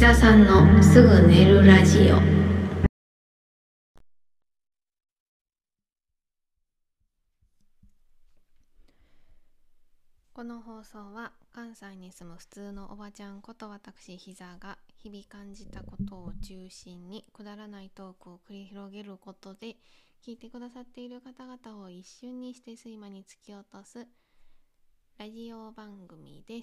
ざさんのすぐ寝るラジオ。この放送は関西に住む普通のおばちゃんこと私ひざが日々感じたことを中心にくだらないトークを繰り広げることで、聞いてくださっている方々を一瞬にして睡魔に突き落とすラジオ番組です。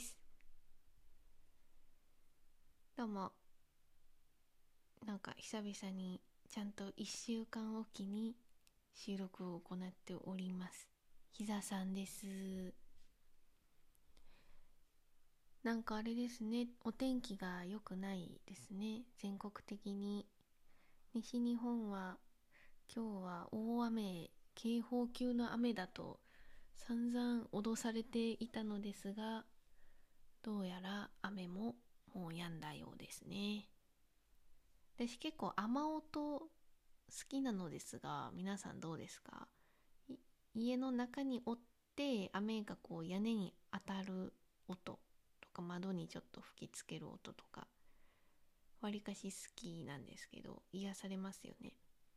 どうも、なんか久々にちゃんと1週間おきに収録を行っておりますひざさんです。なんかあれですね、お天気が良くないですね、全国的に。西日本は今日は大雨、警報級の雨だと散々脅されていたのですが、どうやら雨ももう止んだようですね。私結構雨音好きなのですが、皆さんどうですか？家の中におって雨がこう屋根に当たる音とか、窓にちょっと吹きつける音とか、わりかし好きなんですけど、癒されますよね。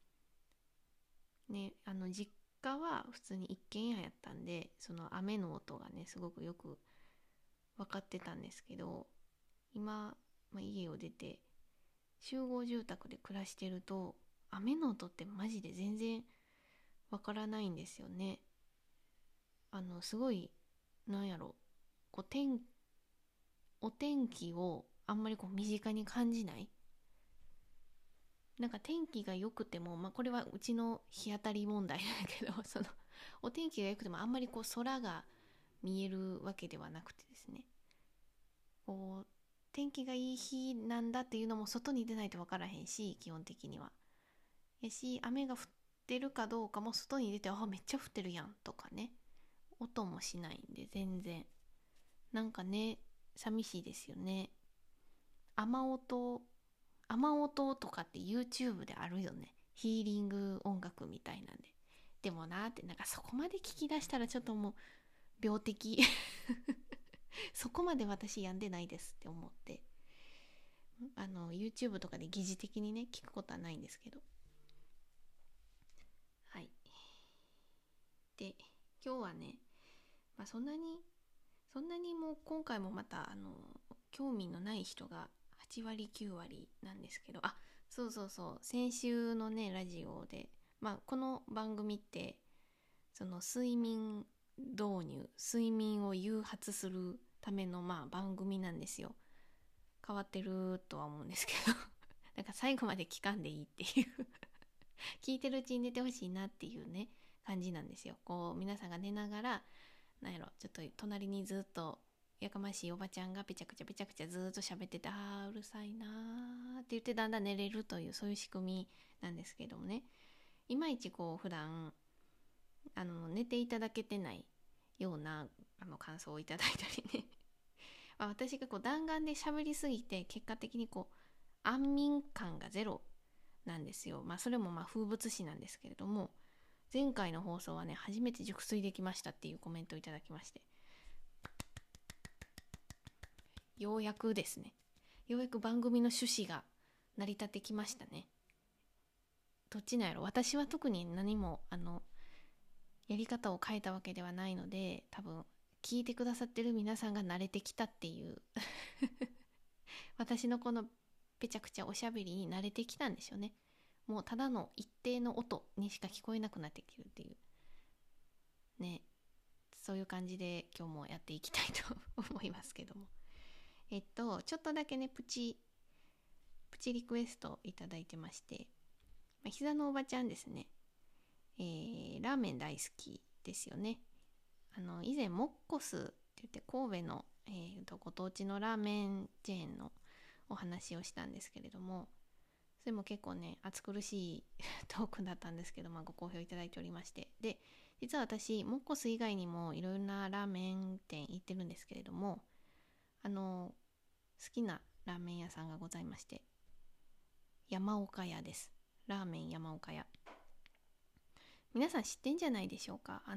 ね、実家は普通に一軒家やったんで、その雨の音がねすごくよく分かってたんですけど、今、家を出て集合住宅で暮らしてると、雨の音ってマジで全然分からないんですよね。すごい、なんやろ、こうお天気をあんまりこう身近に感じない。なんか天気が良くても、これはうちの日当たり問題だけど、そのお天気が良くてもあんまりこう空が見えるわけではなくてですね、こう天気がいい日なんだっていうのも外に出ないと分からへんし、基本的にはやし、雨が降ってるかどうかも外に出て、あ、めっちゃ降ってるやんとかね、音もしないんで全然、なんかね、寂しいですよね。雨音雨音とかって YouTube であるよね、ヒーリング音楽みたいなんで。でもなーって、なんかそこまで聞き出したらちょっともう病的そこまで私病んでないですって思って、YouTube とかで疑似的にね聞くことはないんですけど、はい。で、今日はね、そんなにもう今回もまた興味のない人が8割9割なんですけど、あ、そうそうそう、先週のねラジオで、この番組ってその睡眠を誘発するための番組なんですよ。変わってるとは思うんですけどなんか最後まで聞かんでいいっていう聞いてるうちに寝てほしいなっていうね感じなんですよ。こう皆さんが寝ながら、なんやろ、ちょっと隣にずっとやかましいおばちゃんがペチャクチャペチャクチャずっと喋ってて、あーうるさいなーって言ってだんだん寝れるという、そういう仕組みなんですけどもね、いまいちこう普段寝ていただけてないような感想をいただいたりね私がこう弾丸で喋りすぎて、結果的にこう安眠感がゼロなんですよ。それも風物詩なんですけれども、前回の放送はね、初めて熟睡できましたっていうコメントをいただきまして、ようやくですね、ようやく番組の趣旨が成り立ってきましたね。どっちなんやろ、私は特に何もやり方を変えたわけではないので、多分聞いてくださってる皆さんが慣れてきたっていう私のこのぺちゃくちゃおしゃべりに慣れてきたんでしょうね。もうただの一定の音にしか聞こえなくなってきるっていうね、そういう感じで今日もやっていきたいと思いますけども、ちょっとだけねプチリクエストいただいてまして、膝のおばちゃんですね、ラーメン大好きですよね。以前モッコスって言って神戸の、ご当地のラーメンチェーンのお話をしたんですけれども、それも結構ね暑苦しいトークだったんですけど、ご好評いただいておりまして、で実は私モッコス以外にもいろいろなラーメン店行ってるんですけれども、好きなラーメン屋さんがございまして、山岡屋です。ラーメン山岡屋、皆さん知ってんじゃないでしょうか。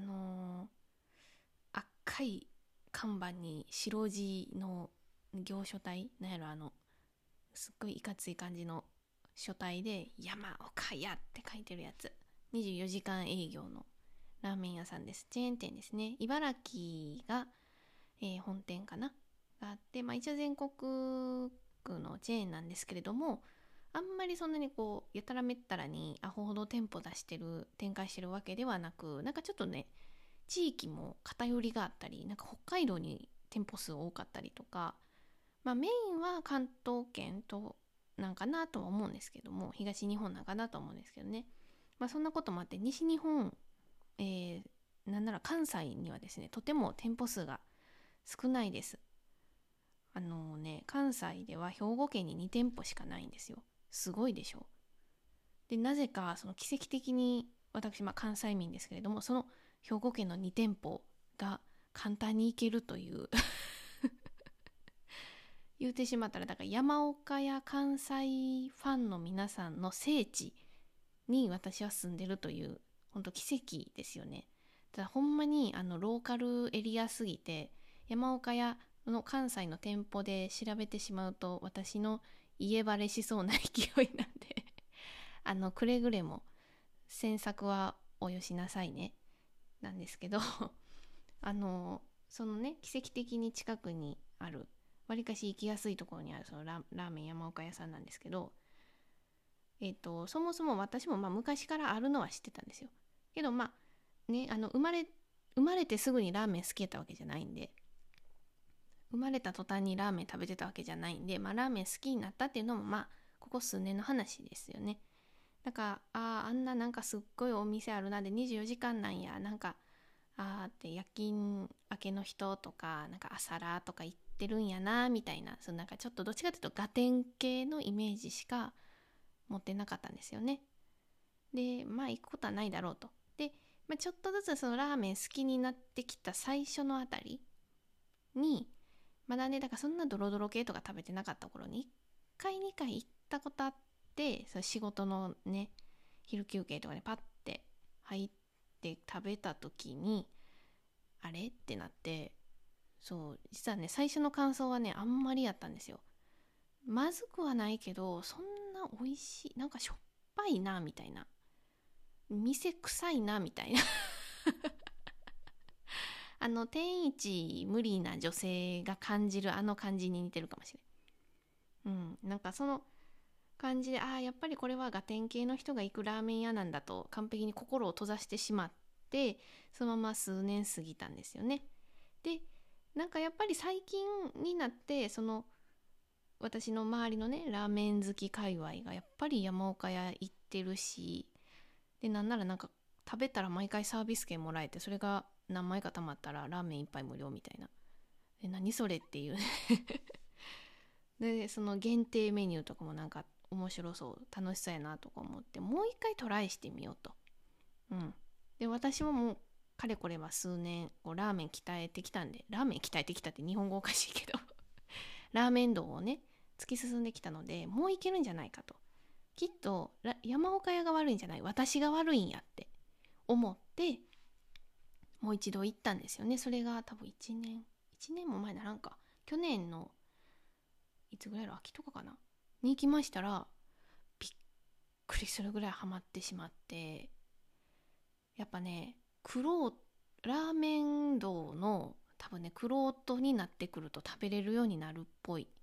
赤い看板に白地の行書体、なんやろ、 すっごいいかつい感じの書体で山岡屋って書いてるやつ、24時間営業のラーメン屋さんです。チェーン店ですね。茨城が、本店かながあって、一応全国区のチェーンなんですけれども、あんまりそんなにこうやたらめったらにアホほど店舗出してる展開してるわけではなく、なんかちょっとね、地域も偏りがあったり、なんか北海道に店舗数多かったりとか、メインは関東圏となんかなとは思うんですけども、東日本なんかなと思うんですけどね。そんなこともあって西日本、なんなら関西にはですね、とても店舗数が少ないです。関西では兵庫県に2店舗しかないんですよ。すごいでしょ。で、なぜかその奇跡的に私、関西民ですけれども、その兵庫県の2店舗が簡単に行けるという言うてしまったら、だから山岡や関西ファンの皆さんの聖地に私は住んでるという、本当奇跡ですよね。ただほんまにローカルエリアすぎて、山岡屋の関西の店舗で調べてしまうと私の家バレしそうな勢いなんでくれぐれも詮索はおよしなさいねなんですけどそのね、奇跡的に近くにある、わりかし行きやすいところにあるそのラーメン山岡屋さんなんですけど、そもそも私も昔からあるのは知ってたんですよ。けどね、生まれてすぐにラーメン好きやったわけじゃないんで、生まれた途端にラーメン食べてたわけじゃないんで、ラーメン好きになったっていうのもここ数年の話ですよね。だからあんななんかすっごいお店あるなで24時間なんや、なんかって夜勤明けの人とかなんか朝ラーとか行ってるんやなみたいな、そのなんかちょっとどっちかというとガテン系のイメージしか持ってなかったんですよね。で行くことはないだろうと。で、ちょっとずつそのラーメン好きになってきた最初のあたりに、まだね、だからそんなドロドロ系とか食べてなかった頃に1回2回行ったことあって、その仕事のね昼休憩とかでパッて入って食べた時にあれってなって、そう実はね最初の感想はねあんまりやったんですよ。まずくはないけどそんな美味しい、なんかしょっぱいなみたいな、店臭いなみたいな天一無理な女性が感じるあの感じに似てるかもしれん。なんかその感じで、やっぱりこれはガテン系の人が行くラーメン屋なんだと完璧に心を閉ざしてしまって、そのまま数年過ぎたんですよね。で、なんかやっぱり最近になってその私の周りのねラーメン好き界隈がやっぱり山岡屋行ってるし、でなんならなんか食べたら毎回サービス券もらえて、それが何枚か貯まったらラーメン一杯無料みたいな、何それっていうでその限定メニューとかもなんか面白そう、楽しそうやなとか思って、もう一回トライしてみようと。で私ももうかれこれは数年こうラーメン鍛えてきたんで、ラーメン鍛えてきたって日本語おかしいけどラーメン道をね突き進んできたので、もういけるんじゃないかと。きっと山岡屋が悪いんじゃない、私が悪いんやって思ってもう一度行ったんですよね。それが多分1年も前ならんか、去年のいつぐらいの秋とかかなに行きましたら、びっくりするぐらいハマってしまって、やっぱねラーメン道の多分ねクロートになってくると食べれるようになるっぽい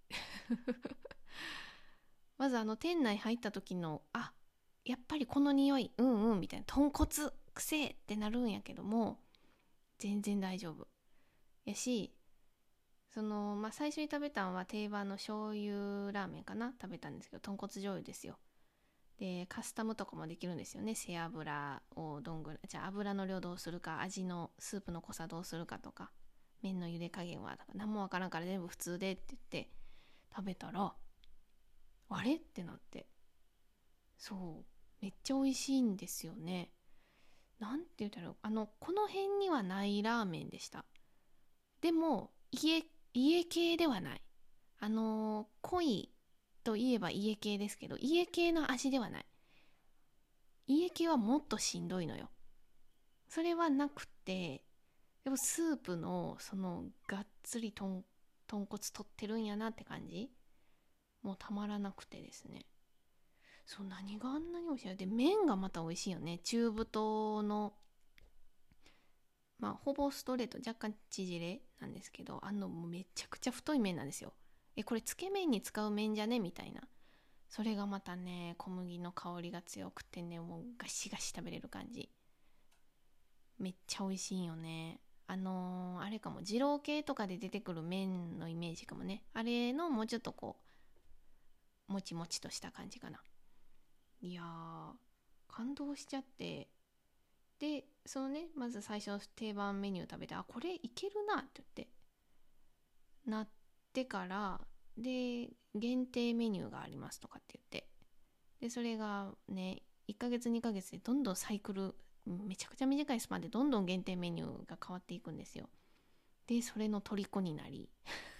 まず店内入った時のやっぱりこの匂いみたいな、豚骨くせえってなるんやけども全然大丈夫やし、その最初に食べたのは定番の醤油ラーメンかな、食べたんですけど豚骨醤油ですよ。でカスタムとかもできるんですよね。背脂をどんぐらい、じゃあ油の量どうするか、味のスープの濃さどうするかとか、麺の茹で加減はとか何もわからんから全部普通でって言って食べたら、あれってなって、そうめっちゃ美味しいんですよね。なんて言ったらこの辺にはないラーメンでした。でも家系ではない。濃いといえば家系ですけど、家系の味ではない。家系はもっとしんどいのよ。それはなくて、でもスープのそのがっつり豚骨取ってるんやなって感じ。 もうたまらなくてですね。そう、何があんなに美味しいので、麺がまた美味しいよね。中太の、まあほぼストレート、若干縮れなんですけど、もうめちゃくちゃ太い麺なんですよ。これつけ麺に使う麺じゃねみたいな。それがまたね、小麦の香りが強くてね、もうガシガシ食べれる感じ。めっちゃ美味しいよね。あれかも、二郎系とかで出てくる麺のイメージかもね。あれのもうちょっとこう、もちもちとした感じかな。いやー、感動しちゃって。で、そのね、まず最初定番メニュー食べて、あ、これいけるなって言って、なってから、で、限定メニューがありますとかって言って。で、それがね、1ヶ月2ヶ月でどんどんサイクル、めちゃくちゃ短いスパンでどんどん限定メニューが変わっていくんですよ。で、それの虜になり、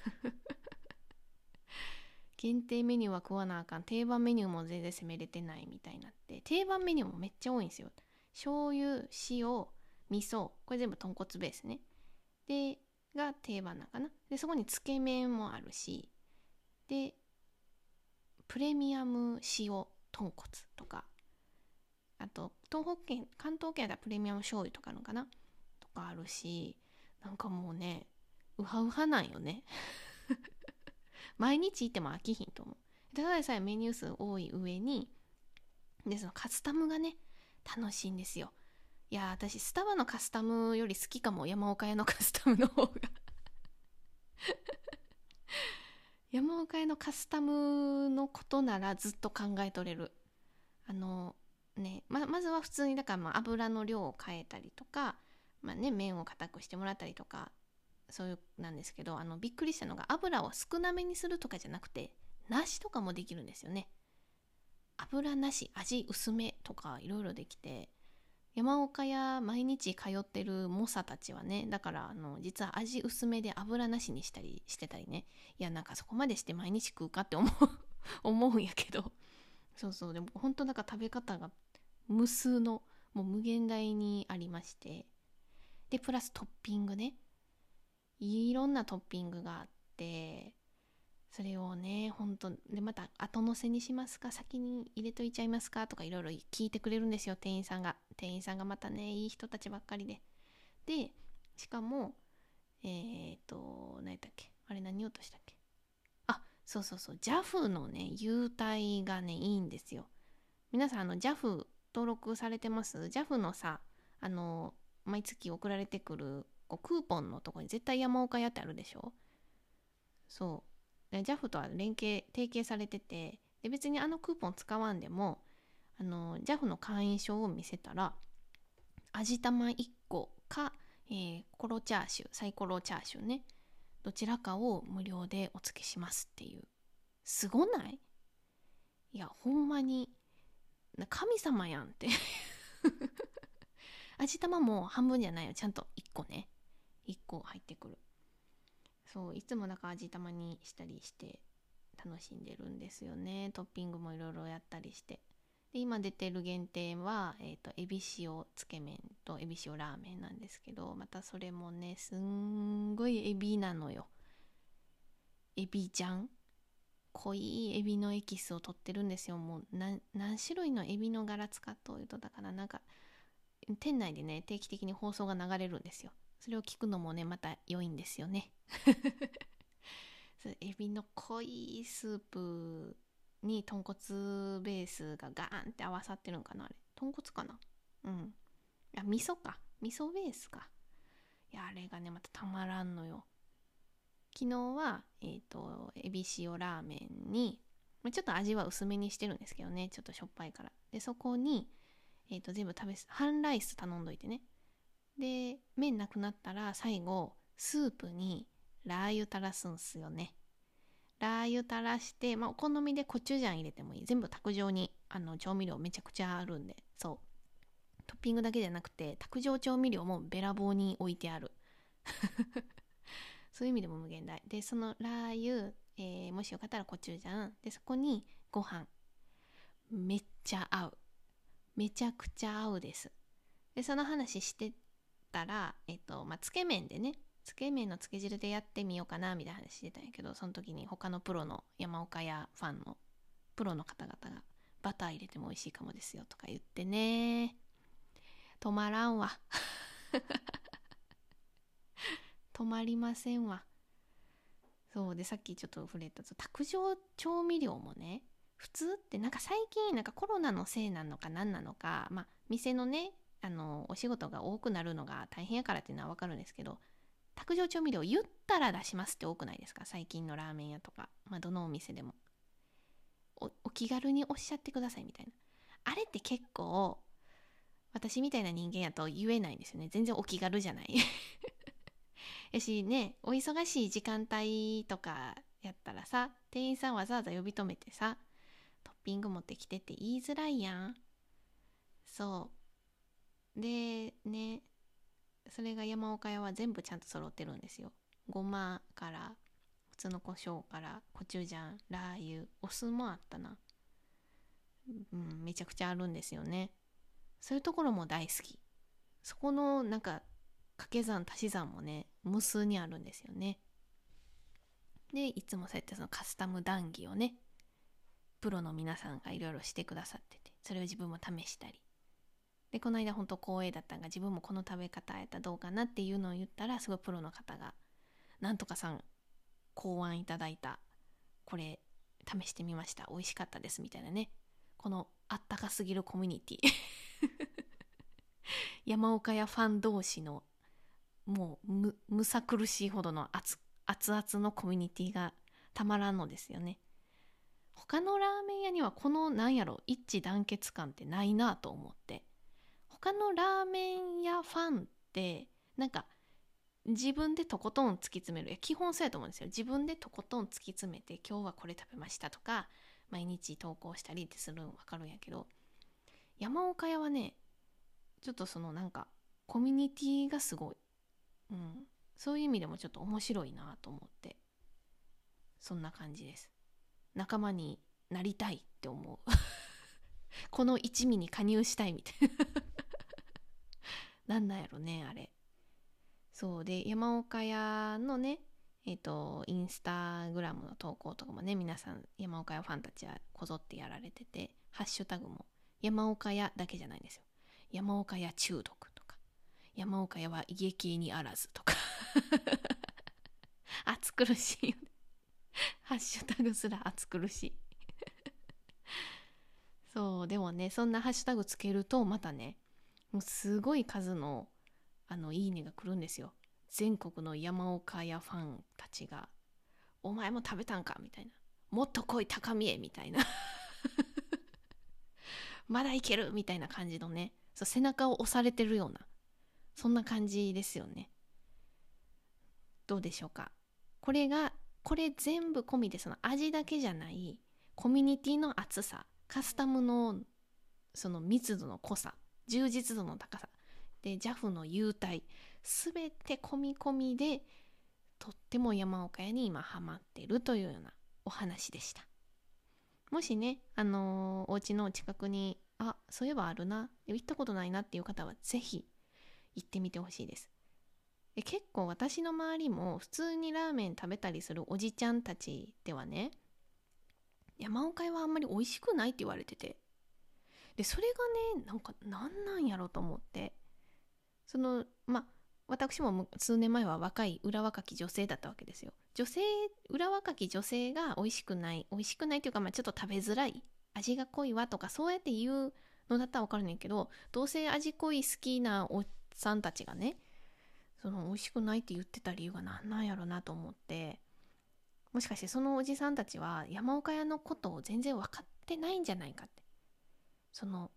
限定メニューは食わなあかん、定番メニューも全然攻めれてないみたいになって、定番メニューもめっちゃ多いんですよ。醤油、塩、味噌、これ全部豚骨ベースね。で、が定番なのかな。で、そこにつけ麺もあるし、で、プレミアム塩豚骨とか、あと東北圏、関東圏だったらプレミアム醤油とかのかなとかあるし、なんかもうね、ウハウハなんよね。毎日行っても飽きひんと思う。ただでさえメニュー数多い上に、で、そのカスタムがね、楽しいんですよ。いや、私、スタバのカスタムより好きかも、山岡屋のカスタムの方が。山岡屋のカスタムのことならずっと考えとれる。あの、まずは普通に、だからまあ油の量を変えたりとか、まあね、麺を硬くしてもらったりとか、そういうなんですけど、びっくりしたのが油を少なめにするとかじゃなくて、なしとかもできるんですよね。油なし、味薄めとかいろいろできて、山岡屋毎日通ってる猛者たちはね、だから実は味薄めで油なしにしたりしてたりね。いや、なんかそこまでして毎日食うかって思うんやけど、そうそう、でも本当なんか食べ方が無数の、もう無限大にありまして、でプラストッピングね、いろんなトッピングがあって、それをね、本当で、また後乗せにしますか、先に入れといちゃいますかとかいろいろ聞いてくれるんですよ、店員さんがまたね、いい人たちばっかりで。で、しかも何やったっけ、あれ、何言おうとしたっけ、あ、そうそうそう、 JAF のね優待がねいいんですよ。皆さんJAF 登録されてます？ JAF のさ、あの毎月送られてくるこうクーポンのとこに絶対山岡屋ってあるでしょ。そうで JAF とは提携されてて、で別にクーポン使わんでもJAF の会員証を見せたら味玉1個か、コロチャーシュサイコロチャーシュね、どちらかを無料でお付けしますっていう。すごない？いやほんまに神様やんって味玉も半分じゃないよ、ちゃんと1個ね、1個入ってくる。そう、いつもなんか味玉にしたりして楽しんでるんですよね。トッピングもいろいろやったりして。で今出てる限定はエビ塩つけ麺とエビ塩ラーメンなんですけど、またそれもねすんごいエビなのよ。エビじゃん、濃いエビのエキスを取ってるんですよ。もう何種類のエビの柄使っというと、だからなんか店内でね定期的に放送が流れるんですよ。それを聞くのもねまた良いんですよね。エビの濃いスープに豚骨ベースがガーンって合わさってるんかな、あれ豚骨かな、うん、味噌か、味噌ベースか。いやあれがねまたたまらんのよ。昨日はエビ塩ラーメンに、ちょっと味は薄めにしてるんですけどね、ちょっとしょっぱいから。でそこに全部半ライス頼んどいてね。で麺なくなったら最後スープにラー油垂らすんすよね。ラー油垂らして、お好みでコチュジャン入れてもいい。全部卓上に調味料めちゃくちゃあるんで、そうトッピングだけじゃなくて卓上調味料もべらぼうに置いてある。そういう意味でも無限大で、そのラー油、もしよかったらコチュジャンで、そこにご飯、めっちゃ合う、めちゃくちゃ合うです。でその話してたらつけ麺でね、 つけ麺のつけ汁でやってみようかなみたいな話してたんやけど、その時に他のプロの山岡屋ファンのプロの方々がバター入れても美味しいかもですよとか言ってね、止まらんわ止まりませんわ。そうで、さっきちょっと触れた卓上調味料もね、普通ってなんか最近なんかコロナのせいなのか何なのか、まあ店のねお仕事が多くなるのが大変やからっていうのは分かるんですけど、卓上調味料言ったら出しますって多くないですか、最近のラーメン屋とか、まあどのお店でも。お気軽におっしゃってくださいみたいな。あれって結構私みたいな人間やと言えないんですよね。全然お気軽じゃないやしね、お忙しい時間帯とかやったらさ、店員さんわざわざ呼び止めてさ、トッピング持ってきてって言いづらいやん。そうでね、それが山岡屋は全部ちゃんと揃ってるんですよ。ごまから普通の胡椒からコチュジャン、ラー油、お酢もあったな。めちゃくちゃあるんですよね。そういうところも大好き。そこのなんか掛け算足し算もね、無数にあるんですよね。でいつもそうやってそのカスタム談義をね、プロの皆さんがいろいろしてくださってて、それを自分も試したりで、この間本当光栄だったのが、自分もこの食べ方やったらどうかなっていうのを言ったら、すごいプロの方がなんとかさん考案いただいたこれ試してみました、美味しかったですみたいなね、このあったかすぎるコミュニティ山岡屋ファン同士のもうむさ苦しいほどの熱々のコミュニティがたまらんのですよね。他のラーメン屋にはこのなんやろ一致団結感ってないなと思って、他のラーメン屋ファンってなんか自分でとことん突き詰める、基本そうやと思うんですよ。自分でとことん突き詰めて、今日はこれ食べましたとか毎日投稿したりってするの分かるんやけど、山岡屋はね、ちょっとそのなんかコミュニティがすごい、そういう意味でもちょっと面白いなと思って、そんな感じです。仲間になりたいって思うこの一味に加入したいみたいななんやろねあれ。そうで、山岡屋のね、インスタグラムの投稿とかもね、皆さん山岡屋ファンたちはこぞってやられてて、ハッシュタグも山岡屋だけじゃないんですよ。山岡屋中毒とか、山岡屋は家系にあらずとか暑苦しいよねハッシュタグすら暑苦しいそうでもね、そんなハッシュタグつけるとまたね、もうすごい数のいいねが来るんですよ。全国の山岡屋ファンたちが、お前も食べたんかみたいな、もっと来い高見えみたいなまだいけるみたいな感じのね、そう背中を押されてるような、そんな感じですよね。どうでしょうか。これ全部込みで、その味だけじゃないコミュニティの厚さ、カスタムのその密度の濃さ、充実度の高さで、JAF の優待、すべて込み込みで、とっても山岡屋に今ハマってるというようなお話でした。もしね、お家の近くにそういえばあるな、行ったことないなっていう方はぜひ行ってみてほしいです。で結構私の周りも普通にラーメン食べたりするおじちゃんたちではね、山岡屋はあんまり美味しくないって言われてて、でそれがね、なんやろうと思って、私も数年前は若い裏若き女性だったわけですよ。裏若き女性が美味しくないというか、ちょっと食べづらい、味が濃いわとかそうやって言うのだったら分かるねんけど、どうせ味濃い好きなおっさんたちがね、その美味しくないって言ってた理由がなんやろなと思って、もしかしてそのおじさんたちは山岡屋のことを全然分かってないんじゃないかって、その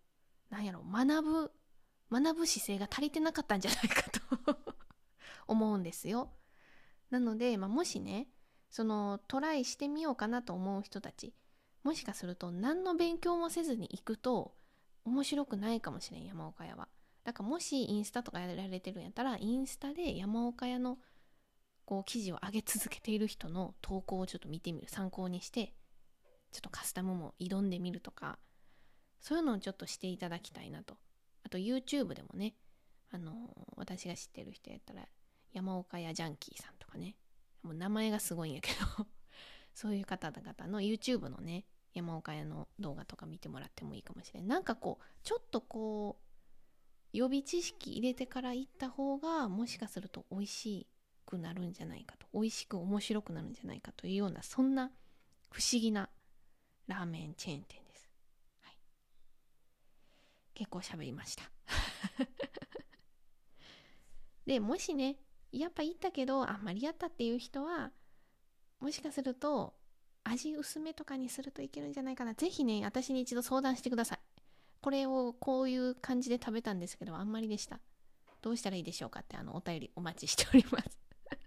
学ぶ姿勢が足りてなかったんじゃないかと思うんですよ。なので、もしね、そのトライしてみようかなと思う人たち、もしかすると何の勉強もせずに行くと面白くないかもしれん、山岡屋は。だからもしインスタとかやられてるんやったら、インスタで山岡屋の記事を上げ続けている人の投稿をちょっと見てみる、参考にしてちょっとカスタムも挑んでみるとか、そういうのをちょっとしていただきたいなと。あと YouTube でもね、私が知ってる人やったら山岡屋ジャンキーさんとかね、もう名前がすごいんやけどそういう方々の YouTube のね山岡屋の動画とか見てもらってもいいかもしれない。なんかこうちょっとこう予備知識入れてから行った方がもしかすると美味しくなるんじゃないかと、美味しく面白くなるんじゃないかというような、そんな不思議なラーメンチェーン店です。はい、結構喋りましたでもしねやっぱ行ったけどあんまりやったっていう人は、もしかすると味薄めとかにするといけるんじゃないかな。ぜひね私に一度相談してください。これをこういう感じで食べたんですけどあんまりでした、どうしたらいいでしょうかって、お便りお待ちしております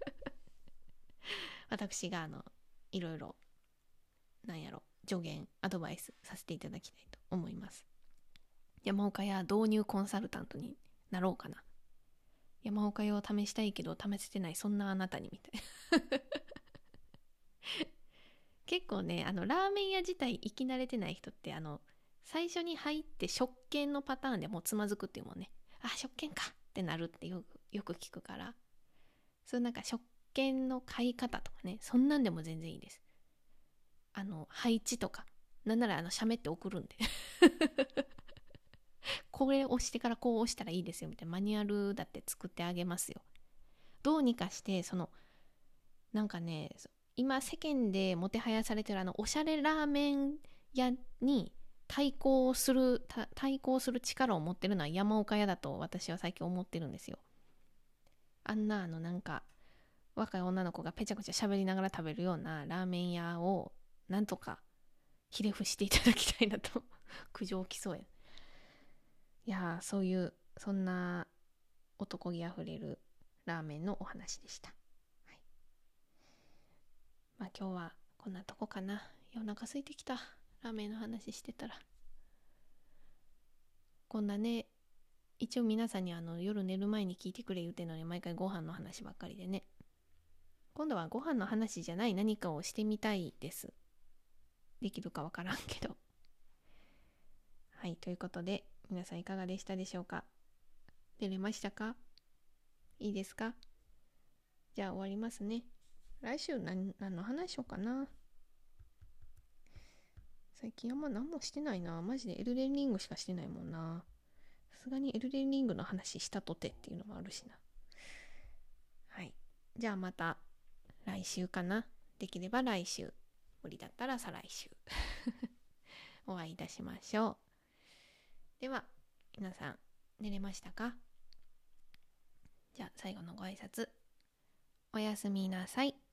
私がいろいろなんやろ助言アドバイスさせていただきたいと思います。山岡屋導入コンサルタントになろうかな。山岡屋を試したいけど試せてないそんなあなたにみたいな結構ねラーメン屋自体生き慣れてない人って最初に入って食券のパターンでもうつまずくっていうもんね。あ、食券かってなるってよく聞くから、そういうなんか食券の買い方とかね、そんなんでも全然いいです。配置とかなんなら写メって送るんでこれ押してからこう押したらいいですよみたいなマニュアルだって作ってあげますよ。どうにかしてなんかね、今世間でもてはやされてるおしゃれラーメン屋に対抗する力を持ってるのは山岡屋だと私は最近思ってるんですよ。あんななんか若い女の子がペチャクチャ喋りながら食べるようなラーメン屋をなんとかひれ伏していただきたいなと苦情来そうや。いやそういうそんな男気あふれるラーメンのお話でした。はい、まあ今日はこんなとこかな。お腹空いてきた。ラーメンの話してたら。こんなね、一応皆さんに夜寝る前に聞いてくれ言うてんのに毎回ご飯の話ばっかりでね。今度はご飯の話じゃない何かをしてみたいです。できるかわからんけど。はい、ということで皆さんいかがでしたでしょうか。寝れましたか？いいですか？じゃあ終わりますね。来週何の話しようかな。最近あんま何もしてないな。マジでエルデンリングしかしてないもんな。さすがにエルデンリングの話したとてっていうのもあるしな。はい。じゃあまた来週かな。できれば来週。無理だったら再来週。お会いいたしましょう。では、皆さん寝れましたか？じゃあ最後のご挨拶。おやすみなさい。